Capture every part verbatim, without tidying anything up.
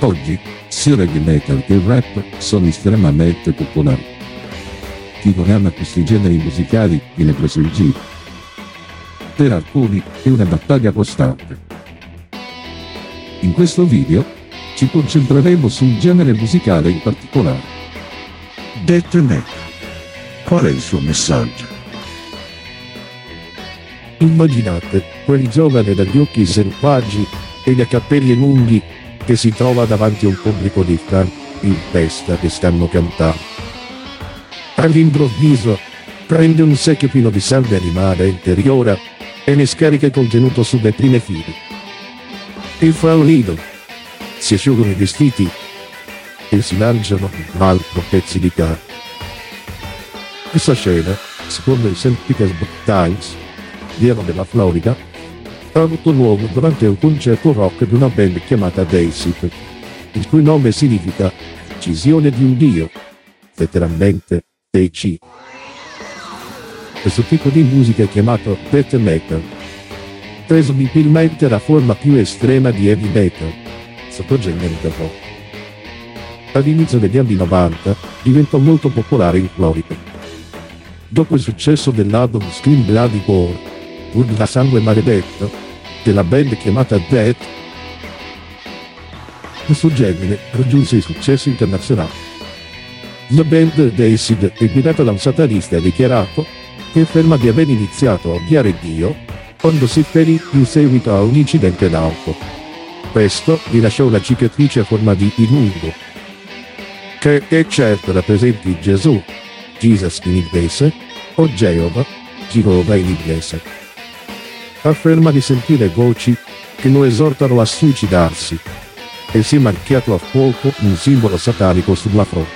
Oggi, sia il heavy metal che il rap sono estremamente popolari. Chi non ama questi generi musicali viene preso in giro. Per alcuni è una battaglia costante. In questo video ci concentreremo su un genere musicale in particolare. Death metal. Qual è il suo messaggio? Immaginate quel giovane dagli occhi selvaggi e dai capelli lunghi che si trova davanti a un pubblico di fan in testa che stanno cantando. All'improvviso prende un secchio pieno di sangue animale interiore e ne scarica il contenuto sulle prime file. E fa un nido. Si asciugano i vestiti e si lanciano in alto pezzi di carne. Questa scena, secondo il Saint Petersburg Times, diario della Florida, ha avuto luogo durante un concerto rock di una band chiamata Dacid, il cui nome significa uccisione di un dio, letteralmente D C. Questo tipo di musica è chiamato death metal, presumibilmente la forma più estrema di heavy metal, sottogenere del rock. All'inizio degli anni novanta diventò molto popolare in Florida. Dopo il successo dell'album Scream Bloody Gore, Urla sangue maledetto, della band chiamata Death, questo genere raggiunse il successo internazionale. La band Dacid, è guidata da un satanista, ha dichiarato che afferma di aver iniziato a odiare Dio quando si ferì in seguito a un incidente d'auto. Questo gli lasciò una cicatrice a forma di dilungo, che è certo rappresenti Gesù, Jesus in inglese, o Geova, Geova in inglese. Afferma di sentire voci che lo esortano a suicidarsi e si è marchiato a fuoco un simbolo satanico sulla fronte.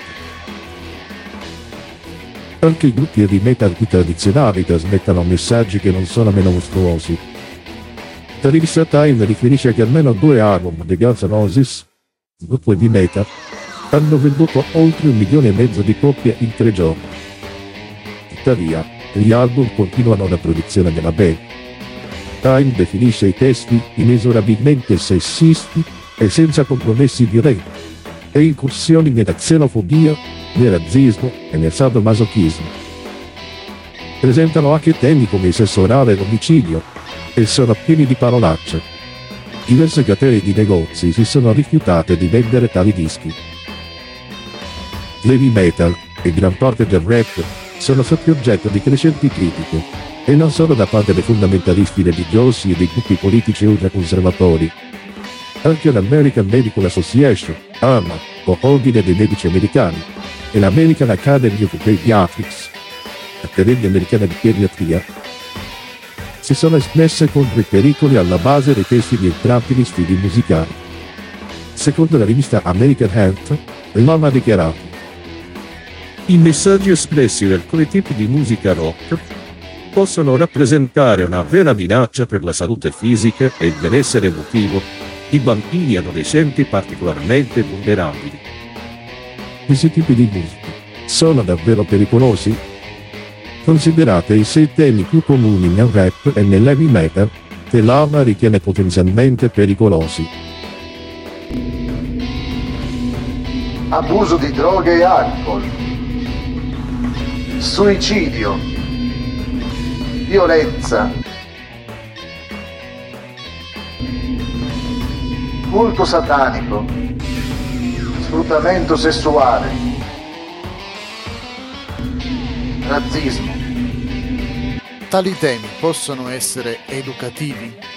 Anche i gruppi heavy metal più tradizionali trasmettono messaggi che non sono meno mostruosi. La rivista Time riferisce che almeno due album dei Guns N' Roses, gruppo heavy metal, hanno venduto oltre un milione e mezzo di copie in tre giorni. Tuttavia, gli album continuano la produzione della band. Time definisce i testi inesorabilmente sessisti e senza compromessi violenti, e incursioni nella xenofobia, nel razzismo e nel sadomasochismo. Presentano anche temi come il sesso orale e l'omicidio, e sono pieni di parolacce. Diverse catene di negozi si sono rifiutate di vendere tali dischi. L'heavy metal e gran parte del rap sono stati oggetto di crescenti critiche, e non solo da parte dei fondamentalisti religiosi e dei gruppi politici ultraconservatori. Anche l'American Medical Association, A M A, o Ordine dei Medici Americani, e l'American Academy of Pediatrics, Accademia Americana di Pediatria, si sono espresse contro i pericoli alla base dei testi di entrambi gli stili musicali. Secondo la rivista American Health, l'A M A ha dichiarato: i messaggi espressi da alcuni tipi di musica rock possono rappresentare una vera minaccia per la salute fisica e il benessere emotivo di bambini e adolescenti particolarmente vulnerabili. Questi tipi di musica sono davvero pericolosi? Considerate i sei temi più comuni nel rap e nell'heavy metal che l'A M A ritiene potenzialmente pericolosi. Abuso di droghe e alcol, suicidio, violenza, culto satanico, sfruttamento sessuale, razzismo. Tali temi possono essere educativi,